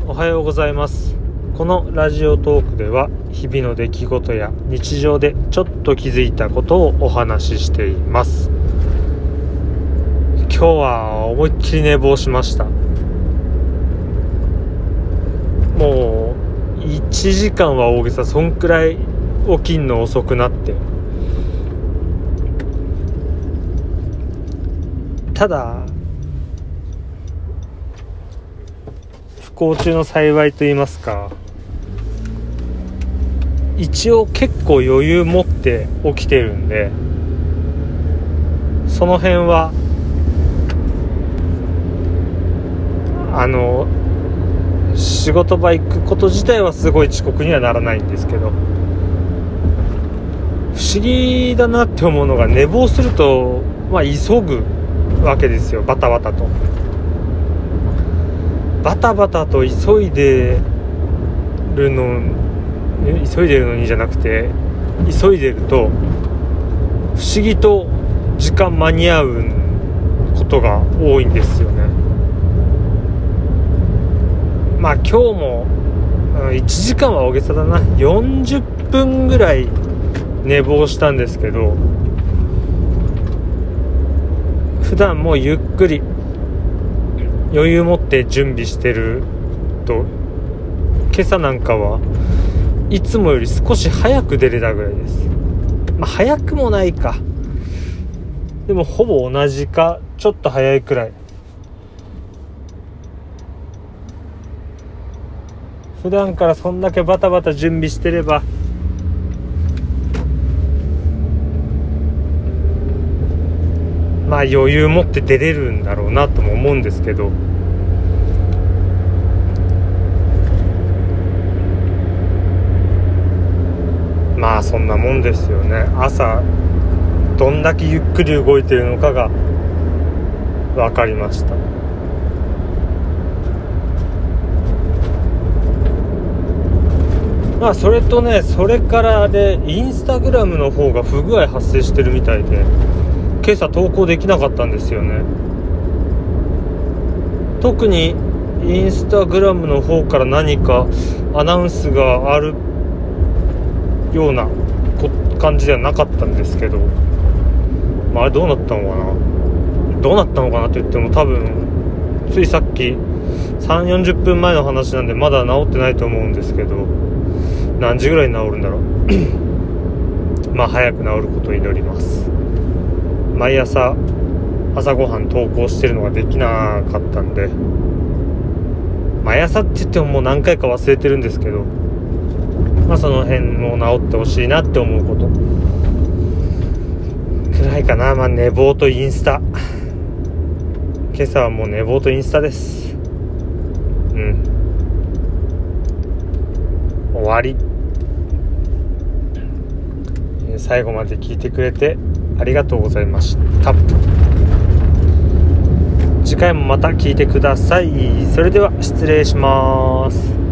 おはようございます。このラジオトークでは日々の出来事や日常でちょっと気づいたことをお話ししています。今日は思いっきり寝坊しました。もう1時間は大げさ、そんくらい起きんの遅くなって、ただ不幸中の幸いと言いますか、一応結構余裕持って起きてるんで、その辺は仕事場行くこと自体はすごい遅刻にはならないんですけど、不思議だなって思うのが、寝坊すると急ぐわけですよ。バタバタと急いでるのにじゃなくて、急いでると不思議と時間間に合うことが多いんですよね。今日も1時間は大げさだな、40分ぐらい寝坊したんですけど、普段もうゆっくり余裕持って準備してると、今朝なんかはいつもより少し早く出れたぐらいです。早くもないか、でもほぼ同じかちょっと早いくらい。普段からそんだけバタバタ準備してれば余裕持って出れるんだろうなとも思うんですけど、そんなもんですよね。朝どんだけゆっくり動いてるのかが分かりました。それとね、それからインスタグラムの方が不具合発生してるみたいで、今朝投稿できなかったんですよね。特にインスタグラムの方から何かアナウンスがあるような感じではなかったんですけど、あれどうなったのかなって言っても、多分ついさっき 3,40 分前の話なんでまだ治ってないと思うんですけど、何時ぐらいに治るんだろう早く治ることを祈ります。毎朝ごはん投稿してるのができなかったんで、毎朝って言ってももう何回か忘れてるんですけど、その辺も治ってほしいなって思うことくらいかな。寝坊とインスタ、今朝はもう寝坊とインスタです。終わり。最後まで聞いてくれてありがとうございました。次回もまた聞いてください。それでは失礼します。